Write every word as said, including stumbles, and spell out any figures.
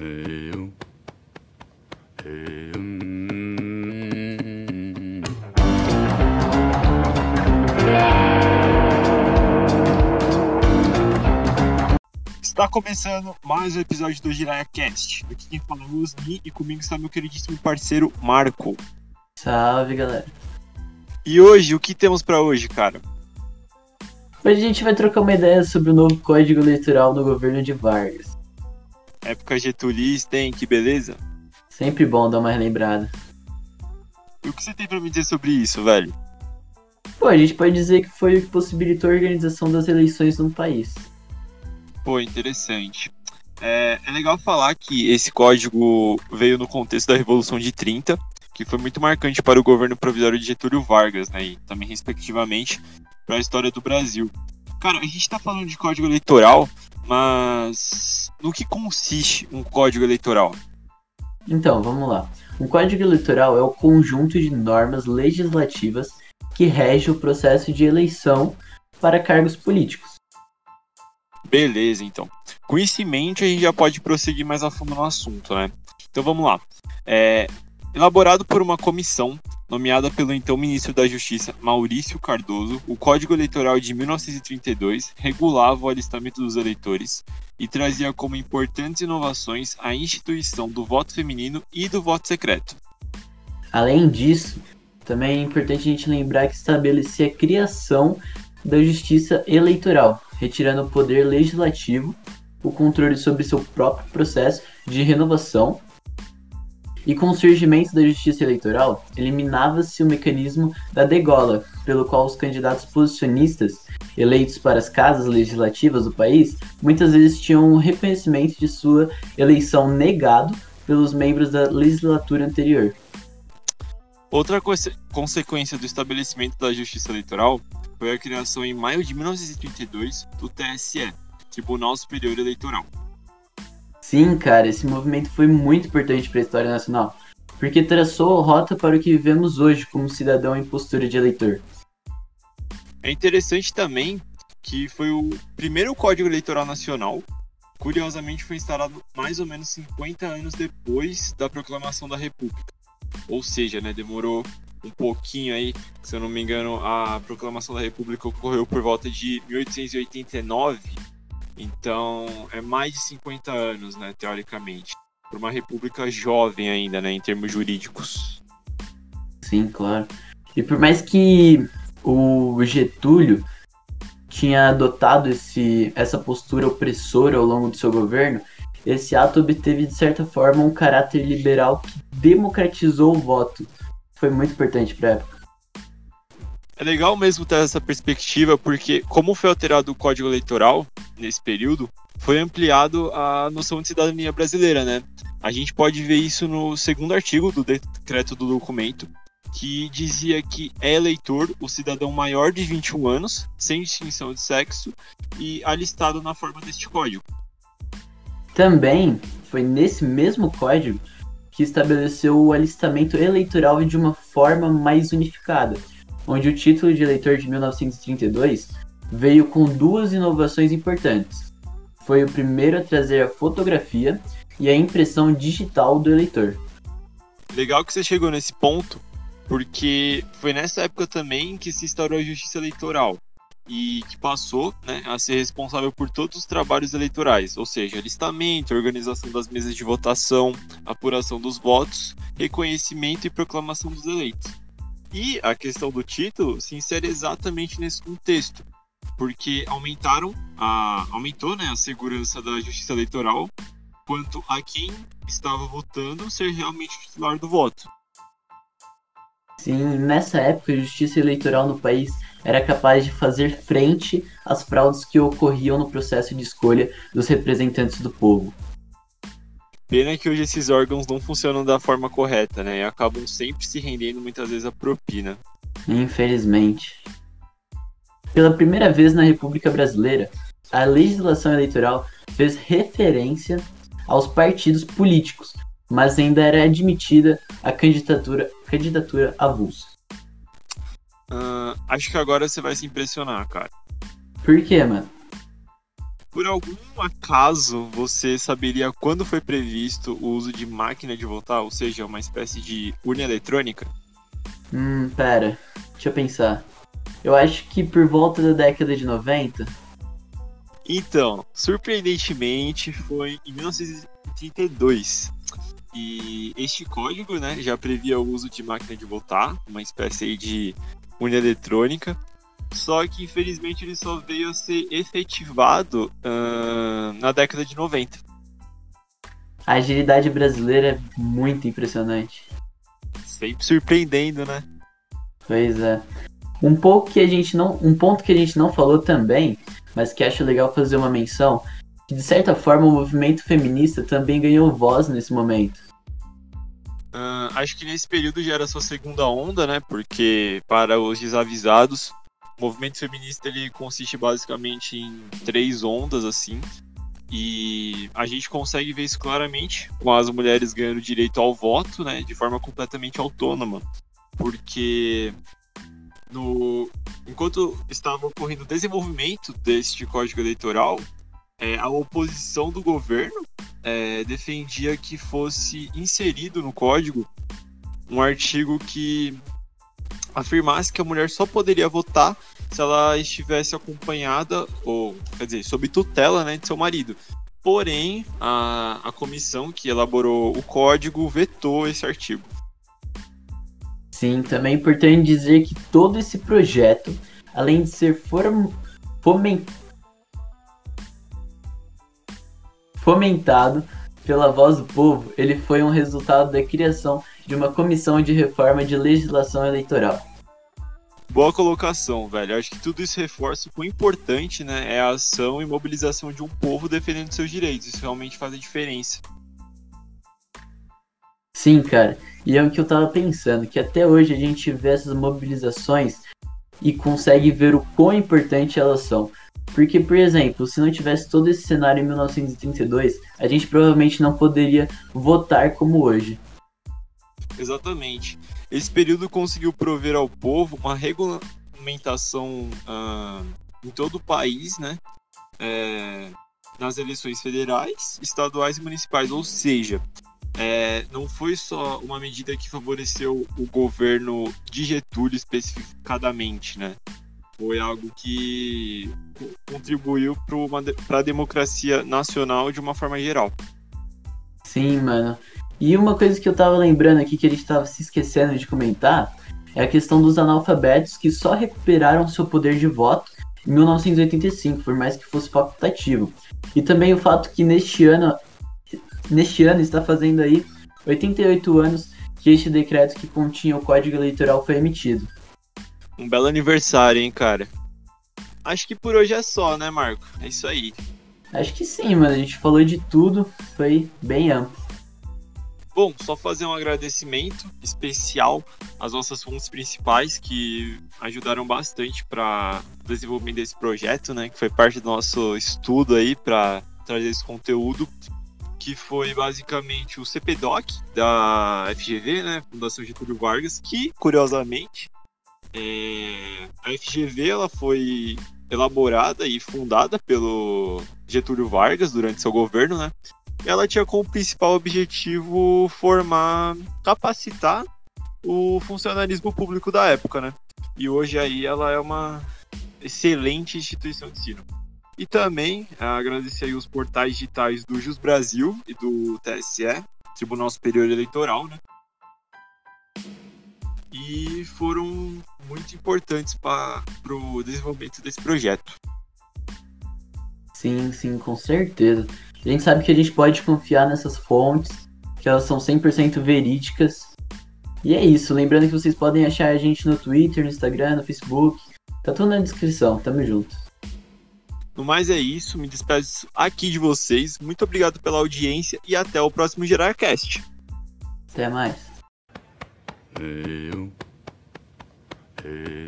Eu, eu, Está começando mais um episódio do Jiraiya Cast. Aqui quem fala é o Osni e comigo está meu queridíssimo parceiro Marco. Salve, galera. E hoje, o que temos pra hoje, cara? Hoje a gente vai trocar uma ideia sobre o novo Código Eleitoral no governo de Vargas. Época getulista, hein? Que beleza. Sempre bom dar uma relembrada. E o que você tem pra me dizer sobre isso, velho? Pô, a gente pode dizer que foi o que possibilitou a organização das eleições no país. Pô, interessante. É, é legal falar que esse código veio no contexto da Revolução de trinta, que foi muito marcante para o governo provisório de Getúlio Vargas, né? E também, respectivamente, para a história do Brasil. Cara, a gente tá falando de código eleitoral, mas no que consiste um código eleitoral? Então, vamos lá. Um Código Eleitoral é o conjunto de normas legislativas que rege o processo de eleição para cargos políticos. Beleza, então. Com isso em mente, a gente já pode prosseguir mais a fundo no assunto, né? Então vamos lá. É, elaborado por uma comissão nomeada pelo então ministro da Justiça, Maurício Cardoso, o Código Eleitoral de mil novecentos e trinta e dois regulava o alistamento dos eleitores e trazia como importantes inovações a instituição do voto feminino e do voto secreto. Além disso, também é importante a gente lembrar que estabelecia a criação da Justiça Eleitoral, retirando o poder legislativo, o controle sobre seu próprio processo de renovação. E com o surgimento da Justiça Eleitoral, eliminava-se o mecanismo da degola, pelo qual os candidatos posicionistas, eleitos para as casas legislativas do país, muitas vezes tinham o reconhecimento de sua eleição negado pelos membros da legislatura anterior. Outra conse- consequência do estabelecimento da Justiça Eleitoral foi a criação em maio de mil novecentos e trinta e dois do T S E, Tribunal Superior Eleitoral. Sim, cara, esse movimento foi muito importante para a história nacional, porque traçou a rota para o que vivemos hoje como cidadão em postura de eleitor. É interessante também que foi o primeiro Código Eleitoral Nacional. Curiosamente, foi instalado mais ou menos cinquenta anos depois da proclamação da República. Ou seja, né, demorou um pouquinho aí, se eu não me engano, a proclamação da República ocorreu por volta de mil oitocentos e oitenta e nove, então é mais de cinquenta anos, né, teoricamente, para uma república jovem ainda, né, em termos jurídicos. Sim, claro. E por mais que o Getúlio tinha adotado esse, essa postura opressora ao longo do seu governo, esse ato obteve, de certa forma, um caráter liberal que democratizou o voto. Foi muito importante para a época. É legal mesmo ter essa perspectiva, porque como foi alterado o Código Eleitoral nesse período, foi ampliado a noção de cidadania brasileira, né? A gente pode ver isso no segundo artigo do decreto do documento, que dizia que é eleitor o cidadão maior de vinte e um anos, sem distinção de sexo, e alistado na forma deste código. Também foi nesse mesmo código que estabeleceu o alistamento eleitoral de uma forma mais unificada, onde o título de eleitor de mil novecentos e trinta e dois veio com duas inovações importantes. Foi o primeiro a trazer a fotografia e a impressão digital do eleitor. Legal que você chegou nesse ponto, porque foi nessa época também que se instaurou a Justiça Eleitoral e que passou, né, a ser responsável por todos os trabalhos eleitorais, ou seja, alistamento, organização das mesas de votação, apuração dos votos, reconhecimento e proclamação dos eleitos. E a questão do título se insere exatamente nesse contexto, porque aumentaram a, aumentou, né, a segurança da Justiça Eleitoral quanto a quem estava votando ser realmente titular do voto. Sim, nessa época a justiça eleitoral no país era capaz de fazer frente às fraudes que ocorriam no processo de escolha dos representantes do povo. Pena que hoje esses órgãos não funcionam da forma correta, né? E acabam sempre se rendendo muitas vezes à propina. Infelizmente. Pela primeira vez na República Brasileira, a legislação eleitoral fez referência aos partidos políticos, mas ainda era admitida a candidatura, candidatura avulsa. Uh, acho que agora você vai se impressionar, cara. Por quê, mano? Por algum acaso, você saberia quando foi previsto o uso de máquina de votar, ou seja, uma espécie de urna eletrônica? Hum, pera, deixa eu pensar. Eu acho que por volta da década de noventa. Então, surpreendentemente, foi em mil novecentos e trinta e dois. E este código, né, já previa o uso de máquina de votar, uma espécie aí de urna eletrônica. Só que, infelizmente, ele só veio a ser efetivado uh, na década de noventa. A agilidade brasileira é muito impressionante. Sempre surpreendendo, né? Pois é. Um pouco que a gente não, um ponto que a gente não falou também, mas que acho legal fazer uma menção, que de certa forma o movimento feminista também ganhou voz nesse momento. Uh, acho que nesse período já era sua segunda onda, né? Porque, para os desavisados, o movimento feminista ele consiste basicamente em três ondas, assim. E a gente consegue ver isso claramente com as mulheres ganhando direito ao voto, né? De forma completamente autônoma. Porque no... enquanto estava ocorrendo o desenvolvimento deste código eleitoral, é, a oposição do governo é, defendia que fosse inserido no código um artigo que afirmasse que a mulher só poderia votar se ela estivesse acompanhada, ou, quer dizer, sob tutela, né, de seu marido. Porém, a, a comissão que elaborou o código vetou esse artigo. Sim, também é importante dizer que todo esse projeto, além de ser form... foment... fomentado pela voz do povo, ele foi um resultado da criação de uma comissão de reforma de legislação eleitoral. Boa colocação, velho. Acho que tudo isso reforça o quão importante, né, é a ação e mobilização de um povo defendendo seus direitos. Isso realmente faz a diferença. Sim, cara. E é o que eu tava pensando, que até hoje a gente vê essas mobilizações e consegue ver o quão importante elas são. Porque, por exemplo, se não tivesse todo esse cenário em mil novecentos e trinta e dois, a gente provavelmente não poderia votar como hoje. Exatamente. Esse período conseguiu prover ao povo uma regulamentação uh, em todo o país, né? É, nas eleições federais, estaduais e municipais. Ou seja, é, não foi só uma medida que favoreceu o governo de Getúlio especificadamente, né? Foi algo que contribuiu para a democracia nacional de uma forma geral. Sim, mano. E uma coisa que eu tava lembrando aqui que a gente tava se esquecendo de comentar é a questão dos analfabetos que só recuperaram seu poder de voto em mil novecentos e oitenta e cinco, por mais que fosse facultativo. E também o fato que neste ano, neste ano está fazendo aí oitenta e oito anos que este decreto que continha o Código Eleitoral foi emitido. Um belo aniversário, hein, cara? Acho que por hoje é só, né, Marco? É isso aí. Acho que sim, mano. A gente falou de tudo, foi bem amplo. Bom, só fazer um agradecimento especial às nossas fontes principais que ajudaram bastante para o desenvolvimento desse projeto, né? Que foi parte do nosso estudo aí para trazer esse conteúdo, que foi basicamente o CPDOC da F G V, né? Fundação Getúlio Vargas, que, curiosamente, é... a F G V ela foi elaborada e fundada pelo Getúlio Vargas durante seu governo, né? Ela tinha como principal objetivo formar, capacitar o funcionalismo público da época, né? E hoje aí ela é uma excelente instituição de ensino. E também agradecer aí os portais digitais do Jus Brasil e do T S E, Tribunal Superior Eleitoral, né? E foram muito importantes para o desenvolvimento desse projeto. Sim, sim, com certeza. A gente sabe que a gente pode confiar nessas fontes, que elas são cem por cento verídicas. E é isso, lembrando que vocês podem achar a gente no Twitter, no Instagram, no Facebook. Tá tudo na descrição, tamo junto. No mais é isso, me despeço aqui de vocês. Muito obrigado pela audiência e até o próximo GerarCast. Até mais. Hey, you. Hey.